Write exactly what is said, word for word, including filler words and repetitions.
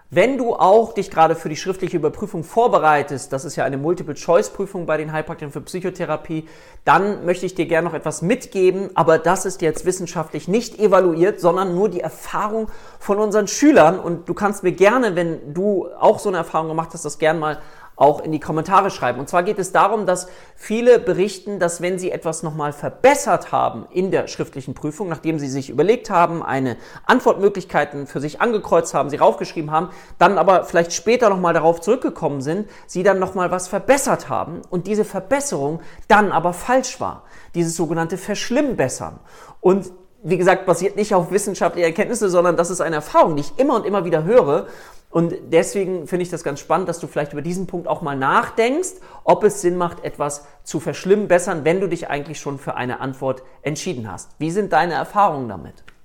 Wenn du auch dich gerade für die schriftliche Überprüfung vorbereitest, das ist ja eine Multiple-Choice-Prüfung bei den Heilpraktikern für Psychotherapie, dann möchte ich dir gerne noch etwas mitgeben, aber das ist jetzt wissenschaftlich nicht evaluiert, sondern nur die Erfahrung von unseren Schülern, und du kannst mir gerne, wenn du auch so eine Erfahrung gemacht hast, das gerne mal auch in die Kommentare schreiben. Und zwar geht es darum, dass viele berichten, dass wenn sie etwas nochmal verbessert haben in der schriftlichen Prüfung, nachdem sie sich überlegt haben, eine Antwortmöglichkeiten für sich angekreuzt haben, sie raufgeschrieben haben, dann aber vielleicht später nochmal darauf zurückgekommen sind, sie dann nochmal was verbessert haben und diese Verbesserung dann aber falsch war. Dieses sogenannte Verschlimmbessern. Und wie gesagt, basiert nicht auf wissenschaftlichen Erkenntnissen, sondern das ist eine Erfahrung, die ich immer und immer wieder höre. Und deswegen finde ich das ganz spannend, dass du vielleicht über diesen Punkt auch mal nachdenkst, ob es Sinn macht, etwas zu verschlimmbessern, wenn du dich eigentlich schon für eine Antwort entschieden hast. Wie sind deine Erfahrungen damit?